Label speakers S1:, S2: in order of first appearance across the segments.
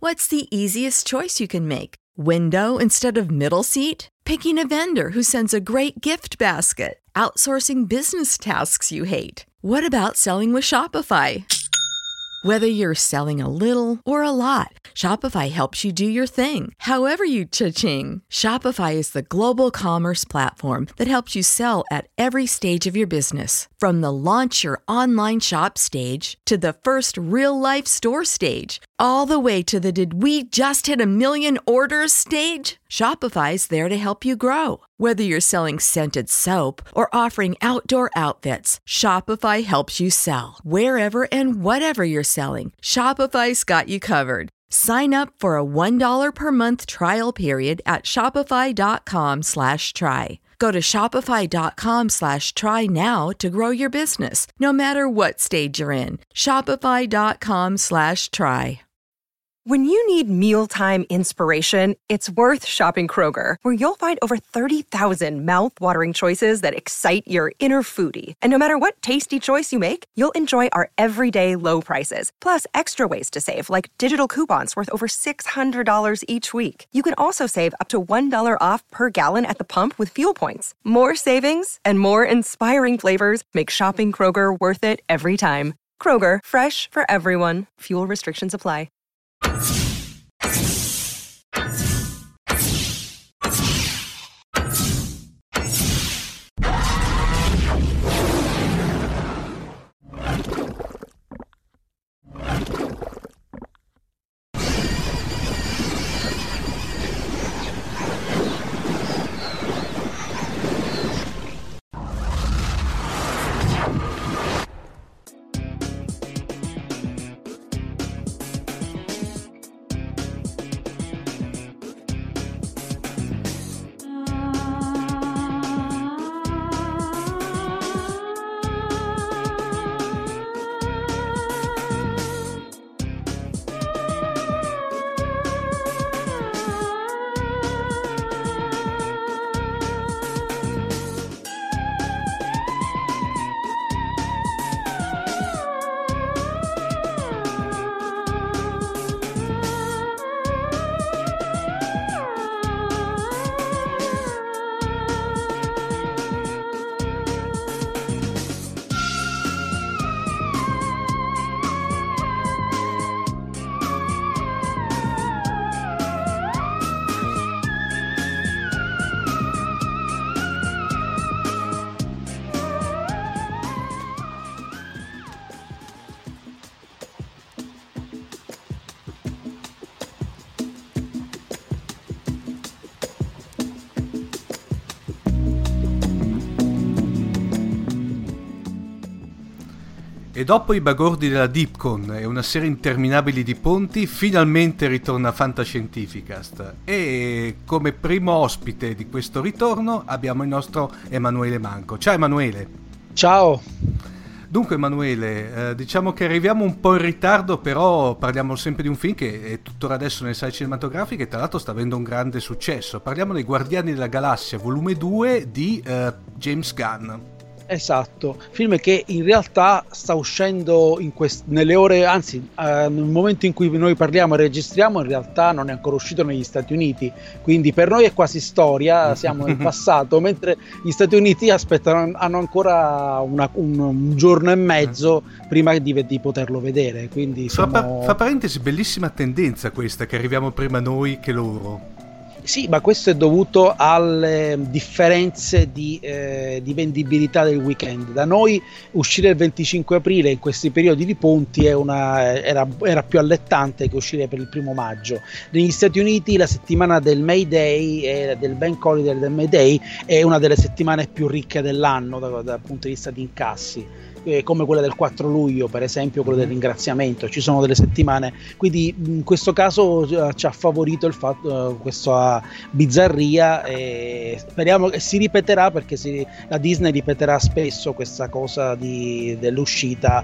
S1: What's the easiest choice you can make? Window instead of middle seat? Picking a vendor who sends a great gift basket? Outsourcing business tasks you hate? What about selling with Shopify? Whether you're selling a little or a lot, Shopify helps you do your thing, however you cha-ching. Shopify is the global commerce platform that helps you sell at every stage of your business. From the launch your online shop stage to the first real-life store stage, all the way to the did we just hit a million orders stage? Shopify's there to help you grow. Whether you're selling scented soap or offering outdoor outfits, Shopify helps you sell. Wherever and whatever you're selling, Shopify's got you covered. Sign up for a $1 per month trial period at shopify.com/try. Go to shopify.com/try now to grow your business, no matter what stage you're in. Shopify.com/try.
S2: When you need mealtime inspiration, it's worth shopping Kroger, where you'll find over 30,000 mouth-watering choices that excite your inner foodie. And no matter what tasty choice you make, you'll enjoy our everyday low prices, plus extra ways to save, like digital coupons worth over $600 each week. You can also save up to $1 off per gallon at the pump with fuel points. More savings and more inspiring flavors make shopping Kroger worth it every time. Kroger, fresh for everyone. Fuel restrictions apply.
S3: E dopo i bagordi della Dipcon e una serie interminabile di ponti, finalmente ritorna Fantascientificast. E come primo ospite di questo ritorno abbiamo il nostro Emanuele Manco. Ciao Emanuele.
S4: Ciao.
S3: Dunque Emanuele, diciamo che arriviamo un po' in ritardo, però parliamo sempre di un film che è tuttora adesso nelle sale cinematografiche e tra l'altro sta avendo un grande successo. Parliamo dei Guardiani della Galassia, volume 2 di James Gunn.
S4: Esatto, film che in realtà sta uscendo nelle ore, anzi nel momento in cui noi parliamo e registriamo in realtà non è ancora uscito negli Stati Uniti, quindi per noi è quasi storia, siamo nel passato, mentre gli Stati Uniti hanno ancora un giorno e mezzo prima di poterlo vedere, quindi
S3: fa parentesi, bellissima tendenza questa, che arriviamo prima noi che loro.
S4: Sì, ma questo è dovuto alle differenze di vendibilità del weekend. Da noi uscire il 25 aprile in questi periodi di ponti era più allettante che uscire per il 1 maggio. Negli Stati Uniti la settimana del May Day e del Bank Holiday del May Day è una delle settimane più ricche dell'anno dal punto di vista di incassi. Come quella del 4 luglio per esempio, quella del ringraziamento, ci sono delle settimane, quindi in questo caso ci ha favorito il fatto, questa bizzarria, e speriamo che si ripeterà, perché la Disney ripeterà spesso questa cosa dell'uscita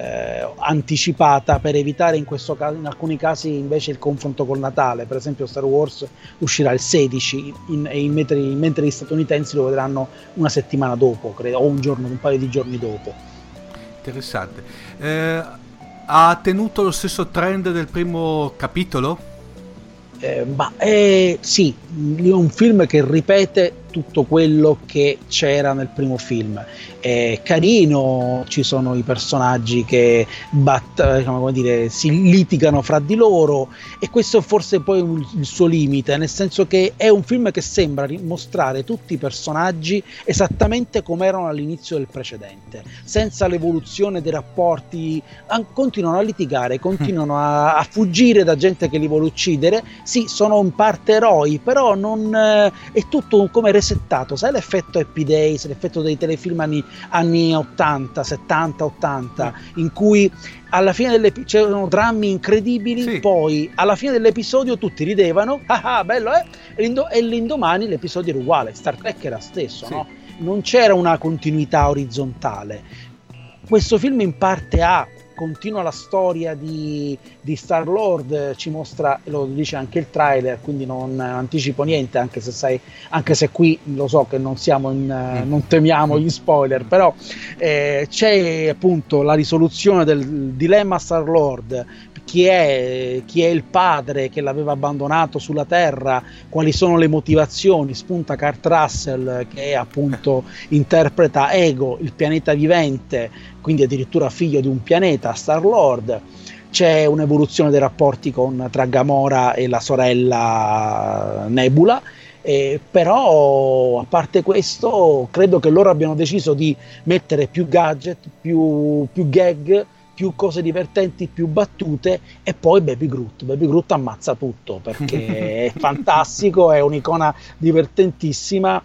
S4: anticipata, per evitare in questo caso, in alcuni casi invece il confronto col Natale. Per esempio Star Wars uscirà il 16 mentre gli statunitensi lo vedranno una settimana dopo, credo, o un paio di giorni dopo.
S3: Interessante. Ha tenuto lo stesso trend del primo capitolo?
S4: Sì, è un film che ripete tutto quello che c'era nel primo film. È carino, ci sono i personaggi che come dire, si litigano fra di loro, e questo forse poi è il suo limite, nel senso che è un film che sembra mostrare tutti i personaggi esattamente come erano all'inizio del precedente, senza l'evoluzione dei rapporti. Continuano a litigare, continuano a fuggire da gente che li vuole uccidere. Sì, sono in parte eroi, però non è tutto come resettato. Sai l'effetto Happy Days, l'effetto dei telefilm anni 80, 70, 80, in cui alla fine c'erano drammi incredibili, sì. Poi alla fine dell'episodio tutti ridevano, bello, e l'indomani l'episodio era uguale. Star Trek era stesso, sì. No? Non c'era una continuità orizzontale. Questo film in parte continua la storia di Star-Lord, ci mostra, lo dice anche il trailer, quindi non anticipo niente, anche se qui lo so che non siamo non temiamo gli spoiler, però c'è appunto la risoluzione del dilemma Star-Lord. Chi è il padre che l'aveva abbandonato sulla Terra, quali sono le motivazioni, spunta Kurt Russell che appunto interpreta Ego, il pianeta vivente, quindi addirittura figlio di un pianeta, Star-Lord. C'è un'evoluzione dei rapporti tra Gamora e la sorella Nebula, però a parte questo credo che loro abbiano deciso di mettere più gadget, più gag, più cose divertenti, più battute, e poi Baby Groot ammazza tutto, perché è fantastico, è un'icona divertentissima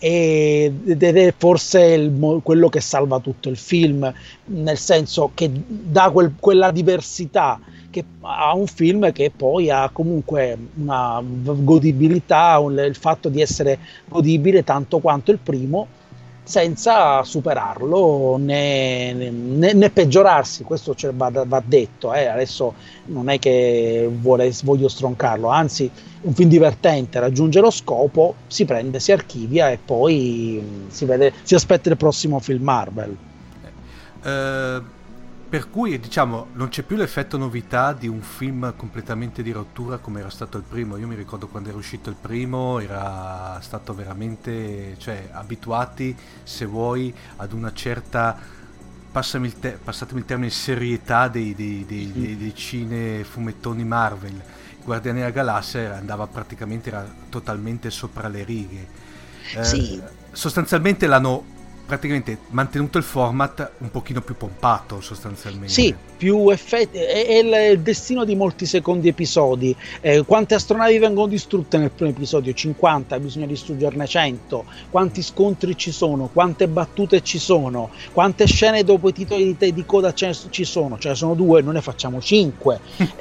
S4: ed è forse quello che salva tutto il film, nel senso che dà quella diversità che ha un film che poi ha comunque una godibilità, il fatto di essere godibile tanto quanto il primo, senza superarlo né peggiorarsi. Questo va detto, Adesso non è che voglio stroncarlo, anzi un film divertente, raggiunge lo scopo, si prende, si archivia e poi si aspetta il prossimo film Marvel.
S3: Per cui diciamo non c'è più l'effetto novità di un film completamente di rottura come era stato il primo. Io mi ricordo quando era uscito il primo, era stato veramente, abituati, se vuoi, ad una certa, passatemi il termine, serietà dei cinefumettoni Marvel. Guardiani della Galassia era totalmente sopra le righe.
S4: Sì.
S3: Sostanzialmente l'hanno praticamente mantenuto il format un pochino più pompato, sostanzialmente.
S4: Sì, più effetti, è il destino di molti secondi episodi. Quante astronavi vengono distrutte nel primo episodio? 50, bisogna distruggerne 100. Quanti scontri ci sono? Quante battute ci sono? Quante scene dopo i titoli di coda ci sono? Ce ne sono 2, noi ne facciamo 5.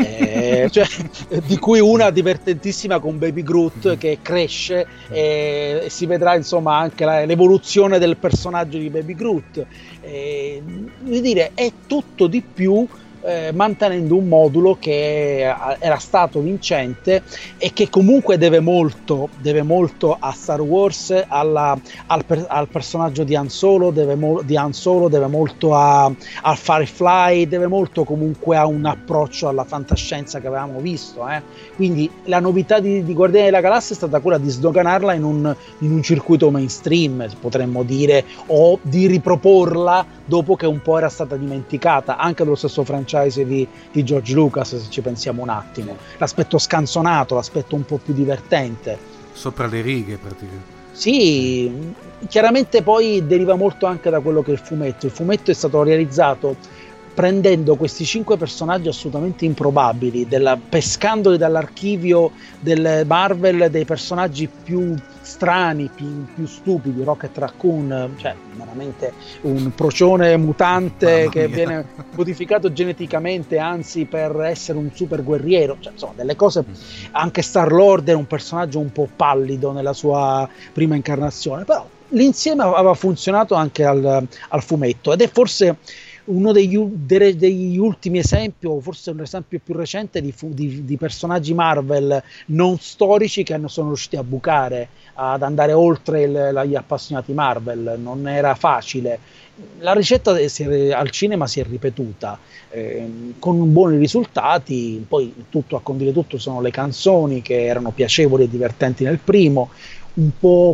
S4: Di cui una divertentissima con Baby Groot che cresce, e si vedrà insomma anche l'evoluzione del personaggio di Baby Groot. Vuol dire, è tutto di più, mantenendo un modulo che era stato vincente e che comunque deve molto a Star Wars, al personaggio di Han Solo, deve molto al Firefly, deve molto comunque a un approccio alla fantascienza che avevamo visto, Quindi la novità di Guardiani della Galassia è stata quella di sdoganarla in un circuito mainstream, potremmo dire, o di riproporla dopo che un po' era stata dimenticata anche dallo stesso franchise di George Lucas, se ci pensiamo un attimo. L'aspetto scanzonato, l'aspetto un po' più divertente,
S3: sopra le righe praticamente.
S4: Sì, chiaramente poi deriva molto anche da quello che è il fumetto. Il fumetto è stato realizzato prendendo questi 5 personaggi assolutamente improbabili, pescandoli dall'archivio del Marvel, dei personaggi più strani, più stupidi. Rocket Raccoon, veramente un procione mutante che viene modificato geneticamente, anzi per essere un super guerriero, insomma delle cose. Anche Star-Lord è un personaggio un po' pallido nella sua prima incarnazione, però l'insieme aveva funzionato anche al fumetto, ed è forse uno degli ultimi esempi, o forse un esempio più recente di personaggi Marvel non storici che sono riusciti a bucare, ad andare oltre gli appassionati Marvel. Non era facile. La ricetta al cinema si è ripetuta con buoni risultati. Poi tutto a condire tutto sono le canzoni, che erano piacevoli e divertenti nel primo, un po'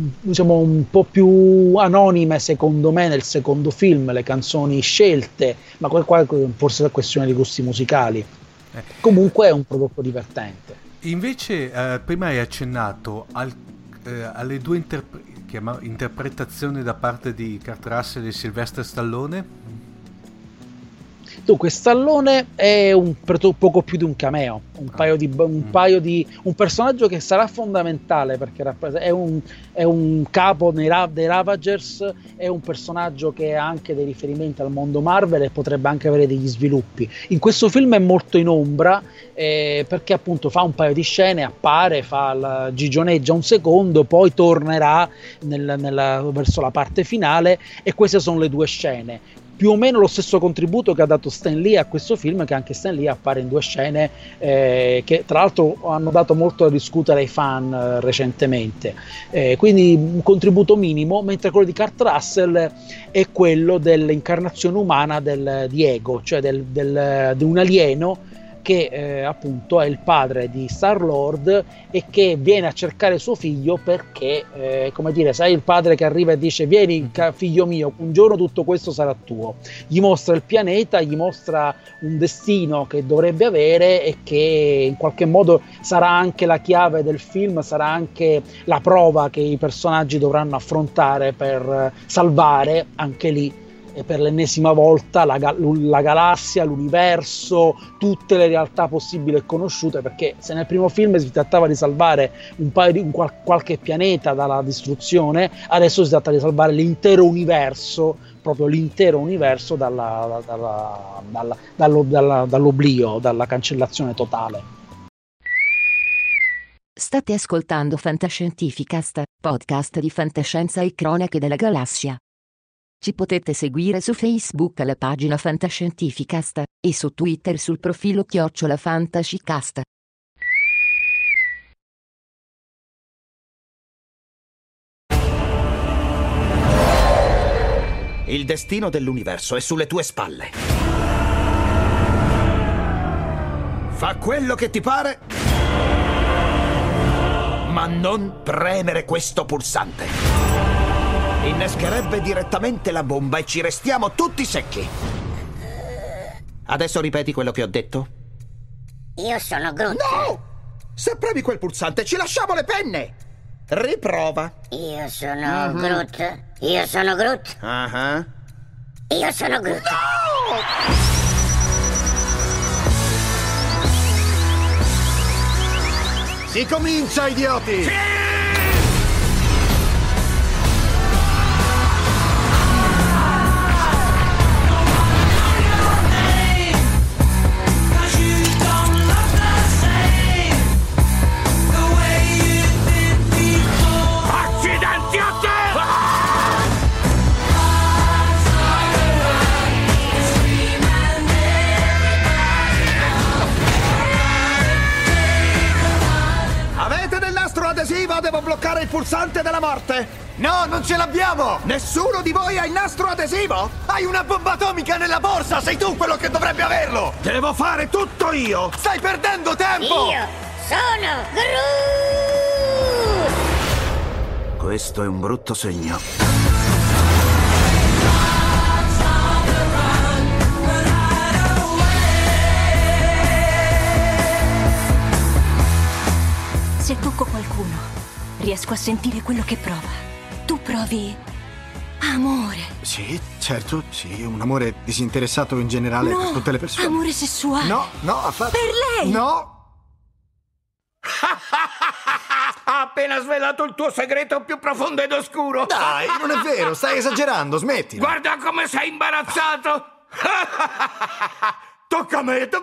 S4: più anonime secondo me nel secondo film, le canzoni scelte, ma qua forse è questione di gusti musicali. Comunque è un prodotto divertente.
S3: Invece prima hai accennato alle due interpretazioni da parte di Kurt Russell e Sylvester Stallone.
S4: Dunque, Stallone è poco più di un cameo, un personaggio che sarà fondamentale, perché è un capo dei Ravagers, è un personaggio che ha anche dei riferimenti al mondo Marvel e potrebbe anche avere degli sviluppi. In questo film è molto in ombra, perché appunto fa un paio di scene, appare, gigioneggia un secondo, poi tornerà verso la parte finale, e queste sono le due scene. Più o meno lo stesso contributo che ha dato Stan Lee a questo film, che anche Stan Lee appare in due scene che tra l'altro hanno dato molto da discutere ai fan recentemente, quindi un contributo minimo, mentre quello di Kurt Russell è quello dell'incarnazione umana di Ego, cioè di un alieno che appunto è il padre di Star-Lord e che viene a cercare suo figlio perché, come dire, sai il padre che arriva e dice: vieni figlio mio, un giorno tutto questo sarà tuo. Gli mostra il pianeta, gli mostra un destino che dovrebbe avere e che in qualche modo sarà anche la chiave del film, sarà anche la prova che i personaggi dovranno affrontare per salvare anche lì, e per l'ennesima volta la galassia, l'universo, tutte le realtà possibili e conosciute, perché se nel primo film si trattava di salvare qualche pianeta dalla distruzione, adesso si tratta di salvare l'intero universo, proprio l'intero universo dall'oblio, dalla cancellazione totale.
S5: State ascoltando Fantascientificast, podcast di fantascienza e cronache della galassia. Ci potete seguire su Facebook alla pagina Fantascientificast e su Twitter sul profilo @Fantascicast.
S6: Il destino dell'universo è sulle tue spalle. Fa quello che ti pare, ma non premere questo pulsante. Innescherebbe direttamente la bomba e ci restiamo tutti secchi. Adesso ripeti quello che ho detto?
S7: Io sono Groot.
S6: No! Se premi quel pulsante ci lasciamo le penne! Riprova.
S7: Io sono Groot. Io sono Groot. Io sono Groot.
S6: No!
S8: Si comincia, idioti!
S6: Sì! Devo bloccare il pulsante della morte?
S8: No, non ce l'abbiamo!
S6: Nessuno di voi ha il nastro adesivo?
S8: Hai una bomba atomica nella borsa! Sei tu quello che dovrebbe averlo!
S6: Devo fare tutto io!
S8: Stai perdendo tempo!
S7: Io sono Groot!
S6: Questo è un brutto segno.
S9: Se tocco qualcuno, riesco a sentire quello che prova. Tu provi amore.
S8: Sì, certo, sì, un amore disinteressato in generale per tutte le persone.
S9: Amore sessuale.
S8: No, affatto.
S9: Per lei.
S8: No.
S6: Ha appena svelato il tuo segreto più profondo ed oscuro.
S8: Dai, non è vero, stai esagerando, smetti.
S6: Guarda come sei imbarazzato. Tocca a me.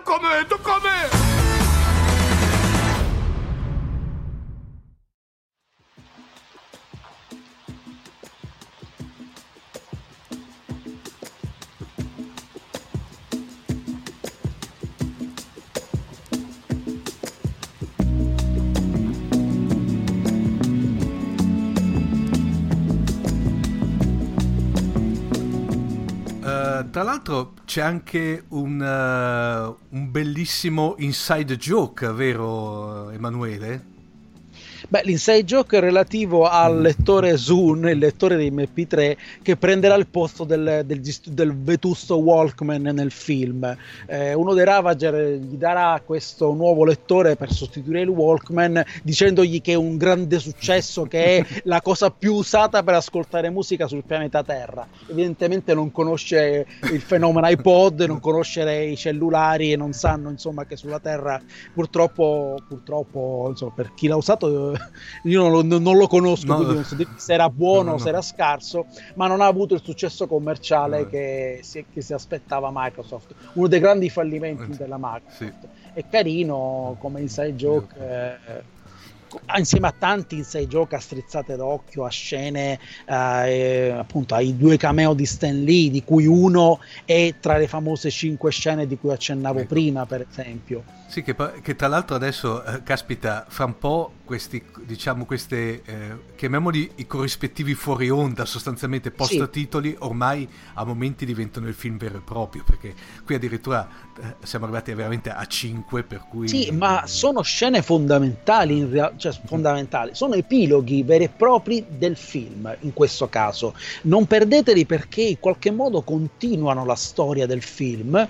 S3: Tra l'altro c'è anche un bellissimo inside joke, vero Emanuele?
S4: Beh, l'inside joke è relativo al lettore Zune, il lettore dei MP3, che prenderà il posto del vetusto Walkman nel film. Uno dei Ravager gli darà questo nuovo lettore per sostituire il Walkman, dicendogli che è un grande successo, che è la cosa più usata per ascoltare musica sul pianeta Terra. Evidentemente non conosce il fenomeno iPod, non conosce i cellulari e non sanno, insomma, che sulla Terra purtroppo insomma, per chi l'ha usato io non lo conosco, quindi non so dire se era buono o se era scarso, ma non ha avuto il successo commerciale che si aspettava Microsoft, uno dei grandi fallimenti della Microsoft. Sì. È carino come inside joke, insieme a tanti inside joke a strizzate d'occhio, a scene, appunto ai 2 cameo di Stan Lee, di cui uno è tra le famose 5 scene di cui accennavo prima, per esempio.
S3: Sì, che tra l'altro adesso, caspita, fra un po' queste, chiamiamoli i corrispettivi fuori onda, sostanzialmente post titoli, ormai a momenti diventano il film vero e proprio, perché qui addirittura siamo arrivati veramente a 5, per cui...
S4: Sì, ma sono scene fondamentali, fondamentali, sono epiloghi veri e propri del film, in questo caso. Non perdeteli, perché in qualche modo continuano la storia del film,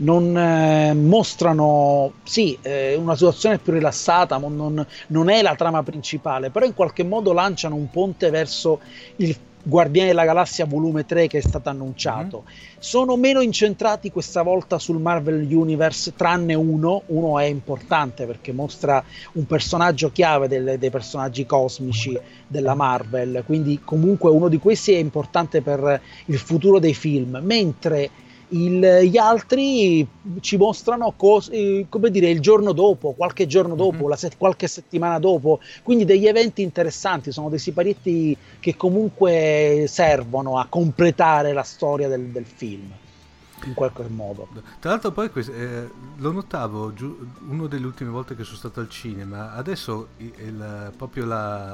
S4: non mostrano... una situazione più rilassata, non è la trama principale, però in qualche modo lanciano un ponte verso il Guardiani della Galassia volume 3 che è stato annunciato. Sono meno incentrati questa volta sul Marvel Universe, tranne uno è importante perché mostra un personaggio chiave dei personaggi cosmici della Marvel, quindi comunque uno di questi è importante per il futuro dei film, mentre gli altri ci mostrano come dire, il giorno dopo, qualche giorno dopo, qualche settimana dopo, quindi degli eventi interessanti, sono dei siparietti che comunque servono a completare la storia del film in qualche modo.
S3: Tra l'altro poi lo notavo una delle ultime volte che sono stato al cinema, adesso proprio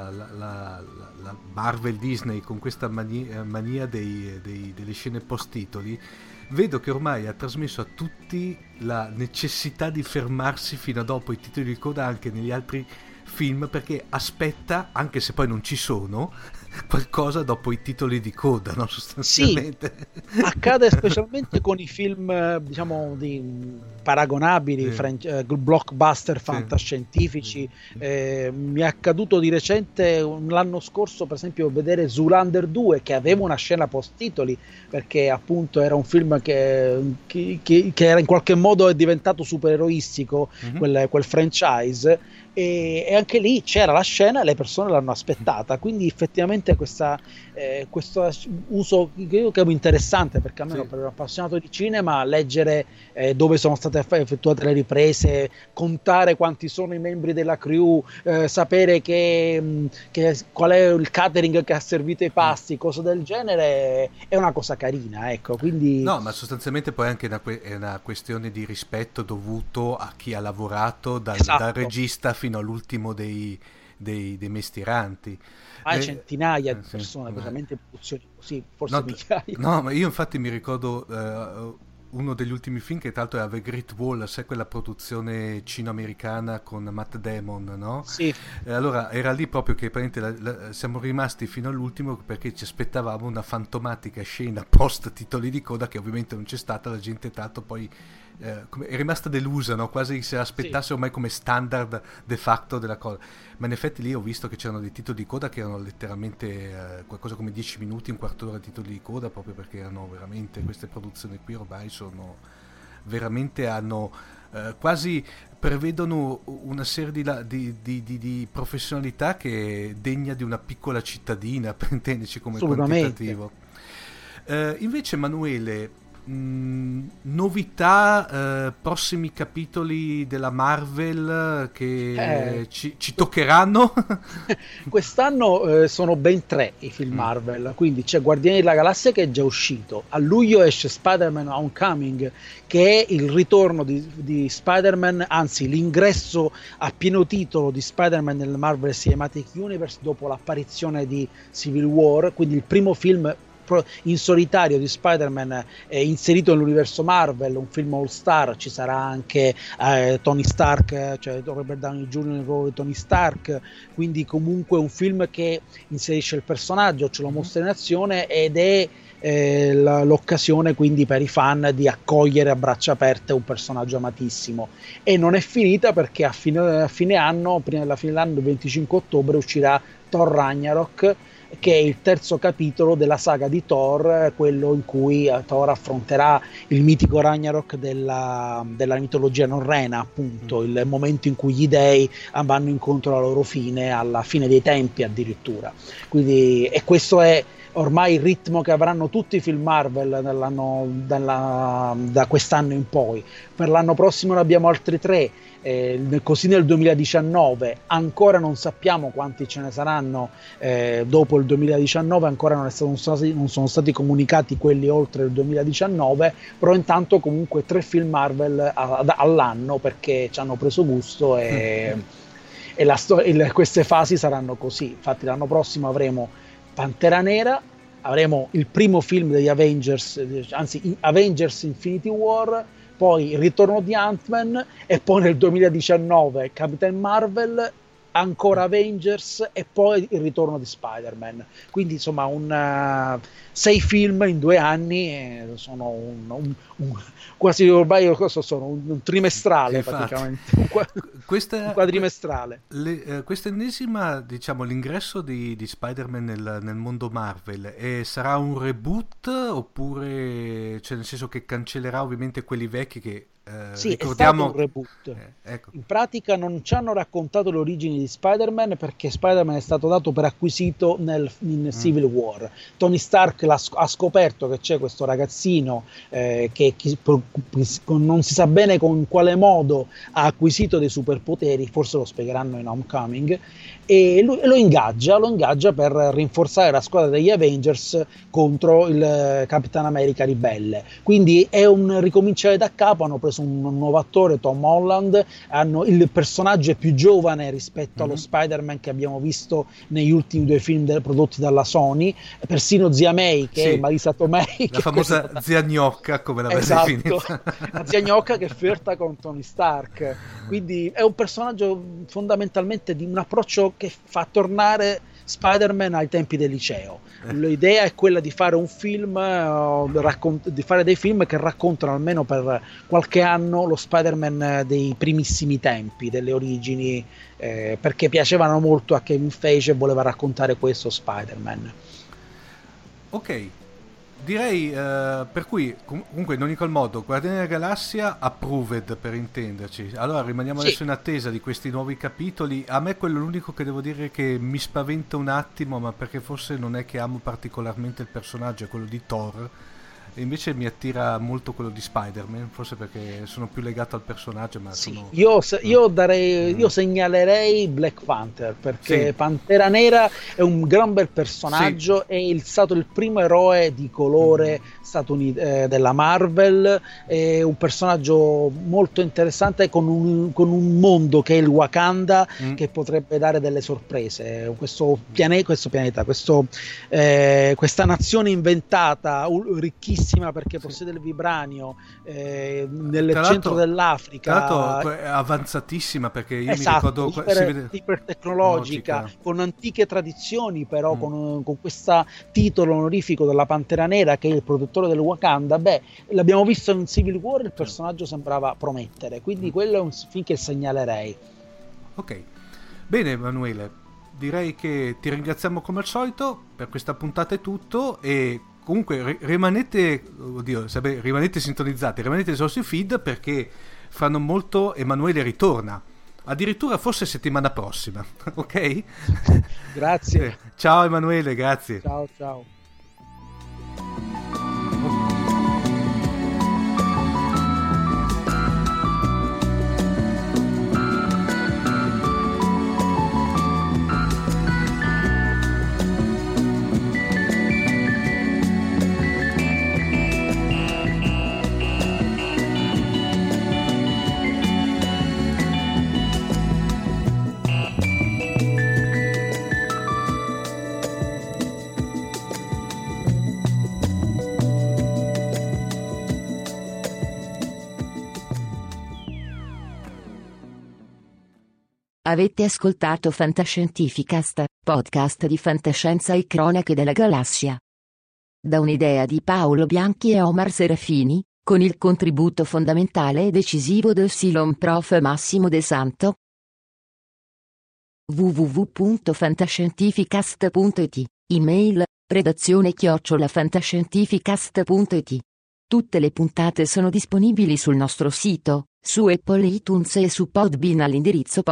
S3: la Marvel Disney con questa mania delle scene post titoli, vedo che ormai ha trasmesso a tutti la necessità di fermarsi fino a dopo i titoli di coda anche negli altri film, perché aspetta, anche se poi non ci sono, qualcosa dopo i titoli di coda, no? Sostanzialmente.
S4: Sì, accade specialmente con i film, diciamo, paragonabili, blockbuster fantascientifici. Mi è accaduto di recente, l'anno scorso, per esempio, vedere Zoolander 2, che aveva una scena post titoli, perché appunto era un film che era in qualche modo è diventato supereroistico, quel franchise. E anche lì c'era la scena e le persone l'hanno aspettata, quindi effettivamente questo uso che io trovo interessante, perché almeno per un appassionato di cinema leggere dove sono state effettuate le riprese, contare quanti sono i membri della crew, sapere qual è il catering che ha servito i pasti, cose del genere, è una cosa carina, ecco. Quindi
S3: no, ma sostanzialmente poi anche è una questione di rispetto dovuto a chi ha lavorato dal regista fino all'ultimo dei mestieranti.
S4: Centinaia di persone, veramente produzioni così, forse migliaia.
S3: No, ma io infatti mi ricordo uno degli ultimi film che tra l'altro era The Great Wall, sai, quella produzione cino-americana con Matt Damon, no?
S4: Sì.
S3: Allora era lì proprio che siamo rimasti fino all'ultimo perché ci aspettavamo una fantomatica scena post titoli di coda, che ovviamente non c'è stata. La gente tanto poi è rimasta delusa, no? Quasi se aspettasse ormai come standard de facto della cosa, ma in effetti lì ho visto che c'erano dei titoli di coda che erano letteralmente qualcosa come 10 minuti, un quarto d'ora di titoli di coda, proprio perché erano veramente, queste produzioni qui ormai sono veramente, hanno quasi prevedono una serie di professionalità che è degna di una piccola cittadina, per intenderci, come quantitativo. Invece Emanuele, novità, prossimi capitoli della Marvel che ci toccheranno?
S4: Quest'anno sono ben 3 i film Marvel, quindi c'è Guardiani della Galassia che è già uscito, a luglio esce Spider-Man Homecoming, che è il ritorno di Spider-Man, anzi l'ingresso a pieno titolo di Spider-Man nel Marvel Cinematic Universe dopo l'apparizione di Civil War, quindi il primo film in solitario di Spider-Man inserito nell'universo Marvel, un film all star. Ci sarà anche Tony Stark, cioè Robert Downey Jr. nel ruolo di Tony Stark, quindi comunque un film che inserisce il personaggio, ce lo mostra in azione, ed è l'occasione quindi per i fan di accogliere a braccia aperte un personaggio amatissimo. E non è finita, perché a fine anno, prima della fine dell'anno, il 25 ottobre, uscirà Thor Ragnarok, che è il terzo capitolo della saga di Thor, quello in cui Thor affronterà il mitico Ragnarok della mitologia norrena, appunto, il momento in cui gli dei vanno incontro alla loro fine, alla fine dei tempi addirittura. Quindi, e questo è ormai il ritmo che avranno tutti i film Marvel da quest'anno in poi. Per l'anno prossimo ne abbiamo altri 3, così nel 2019 ancora non sappiamo quanti ce ne saranno. Dopo il 2019 ancora non sono stati comunicati quelli oltre il 2019, però intanto comunque 3 film Marvel all'anno, perché ci hanno preso gusto e queste fasi saranno così. Infatti l'anno prossimo avremo Pantera Nera, avremo il primo film degli Avengers, anzi Avengers Infinity War, poi il ritorno di Ant-Man, e poi nel 2019 Capitan Marvel, ancora Avengers, e poi il ritorno di Spider-Man. Quindi insomma 6 film in 2 anni, sono quasi ormai sono un trimestrale, praticamente un quadrimestrale.
S3: Questa ennesima, diciamo, l'ingresso di Spider-Man nel mondo Marvel sarà un reboot, oppure, cioè, nel senso che cancellerà ovviamente quelli vecchi che
S4: sì,
S3: ricordiamo...
S4: è stato un reboot.
S3: Ecco.
S4: In pratica non ci hanno raccontato le origini di Spider-Man, perché Spider-Man è stato dato per acquisito in Civil War. Tony Stark ha scoperto che c'è questo ragazzino che non si sa bene con quale modo ha acquisito dei superpoteri, forse lo spiegheranno in Homecoming, e lo ingaggia per rinforzare la squadra degli Avengers contro il Capitan America ribelle. Quindi è un ricominciare da capo. Hanno preso un nuovo attore, Tom Holland, il personaggio è più giovane rispetto allo Spider-Man che abbiamo visto negli ultimi 2 film prodotti dalla Sony, persino Zia May, che è Marisa Tomei,
S3: la famosa zia gnocca, come l'avete definita.
S4: La zia gnocca che flirta con Tony Stark. Quindi è un personaggio fondamentalmente di un approccio che fa tornare Spider-Man ai tempi del liceo. L'idea è quella di fare un film, di fare dei film che raccontano almeno per qualche anno lo Spider-Man dei primissimi tempi, delle origini, perché piacevano molto a Kevin Feige e voleva raccontare questo Spider-Man.
S3: Ok, direi per cui comunque in ogni qual modo Guardiani della Galassia approved, per intenderci. Allora rimaniamo adesso in attesa di questi nuovi capitoli. A me quello l'unico che devo dire che mi spaventa un attimo, ma perché forse non è che amo particolarmente il personaggio, è quello di Thor. E invece mi attira molto quello di Spider-Man, forse perché sono più legato al personaggio, ma
S4: io segnalerei Black Panther, perché Pantera Nera è un gran bel personaggio, è stato il primo eroe di colore della Marvel, è un personaggio molto interessante, con un mondo che è il Wakanda, che potrebbe dare delle sorprese. Questo pianeta, questa nazione inventata, ricchissima, perché possiede il vibranio nel centro dell'Africa.
S3: Tra l'altro è avanzatissima, perché io mi ricordo
S4: ipertecnologica, con antiche tradizioni, però con questo titolo onorifico della Pantera Nera, che è il protettore del Wakanda. L'abbiamo visto in Civil War, il personaggio sembrava promettere, quindi quello è un film che segnalerei.
S3: Ok, bene Emanuele, direi che ti ringraziamo come al solito. Per questa puntata è tutto, e comunque rimanete sintonizzati, rimanete sui nostri feed, perché fra non molto Emanuele ritorna, addirittura forse settimana prossima. Ok?
S4: Grazie.
S3: Ciao Emanuele, grazie.
S4: Ciao.
S5: Avete ascoltato Fantascientificast, podcast di fantascienza e cronache della galassia. Da un'idea di Paolo Bianchi e Omar Serafini, con il contributo fondamentale e decisivo del Silon Prof. Massimo De Santo. www.fantascientificast.it, email, redazione@fantascientificast.it. Tutte le puntate sono disponibili sul nostro sito, su Apple iTunes e su Podbean all'indirizzo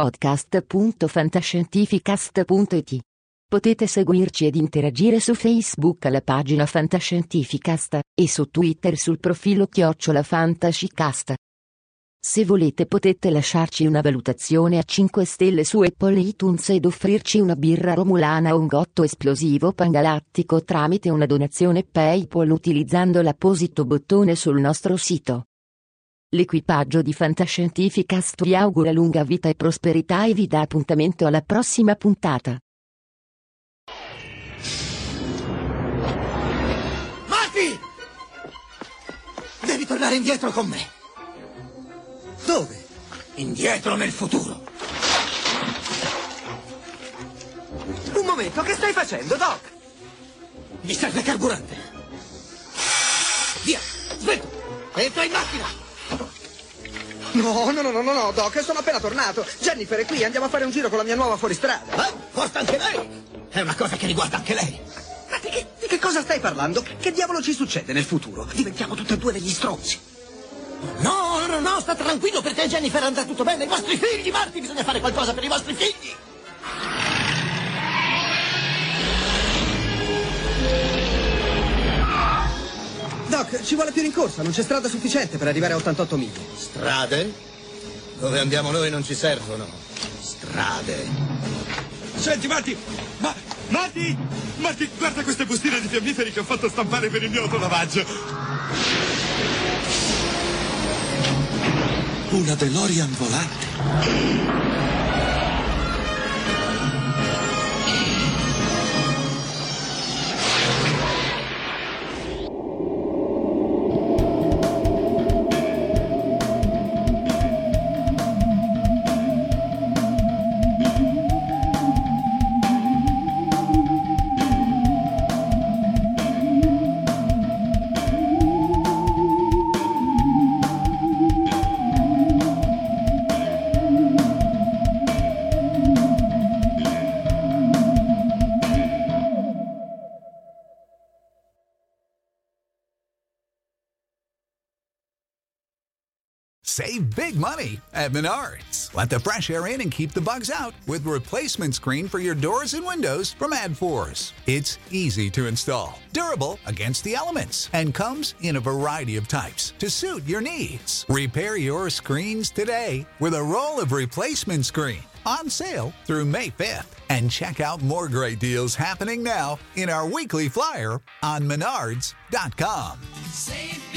S5: podcast.fantascientificast.it. Potete seguirci ed interagire su Facebook alla pagina Fantascientificast, e su Twitter sul profilo @fantascicast. Se volete potete lasciarci una valutazione a 5 stelle su Apple iTunes ed offrirci una birra romulana o un gotto esplosivo pangalattico tramite una donazione PayPal utilizzando l'apposito bottone sul nostro sito. L'equipaggio di Fantascientificast vi augura lunga vita e prosperità e vi dà appuntamento alla prossima puntata.
S6: Marty! Devi tornare indietro con me. Dove? Indietro nel futuro.
S10: Un momento, che stai facendo, Doc?
S6: Mi serve carburante. Via, smetto. Entra in macchina.
S10: No, Doc, sono appena tornato. Jennifer è qui, andiamo a fare un giro con la mia nuova fuoristrada.
S6: Forse anche lei. È una cosa che riguarda anche lei.
S10: Ma di che cosa stai parlando? Che diavolo ci succede nel futuro? Diventiamo tutti e due degli stronzi.
S6: No, sta tranquillo perché Jennifer andrà tutto bene. I vostri figli, Marty, bisogna fare qualcosa per i vostri figli.
S10: Doc, ci vuole più rincorsa, non c'è strada sufficiente per arrivare a 88 miglia.
S6: Strade? Dove andiamo noi non ci servono strade.
S11: Senti, Marty, guarda queste bustine di fiammiferi che ho fatto stampare per il mio autolavaggio. Una DeLorean volante.
S12: Save big money at Menards. Let the fresh air in and keep the bugs out with replacement screen for your doors and windows from AdForce. It's easy to install, durable against the elements, and comes in a variety of types to suit your needs. Repair your screens today with a roll of replacement screen on sale through May 5th. And check out more great deals happening now in our weekly flyer on Menards.com.
S13: Save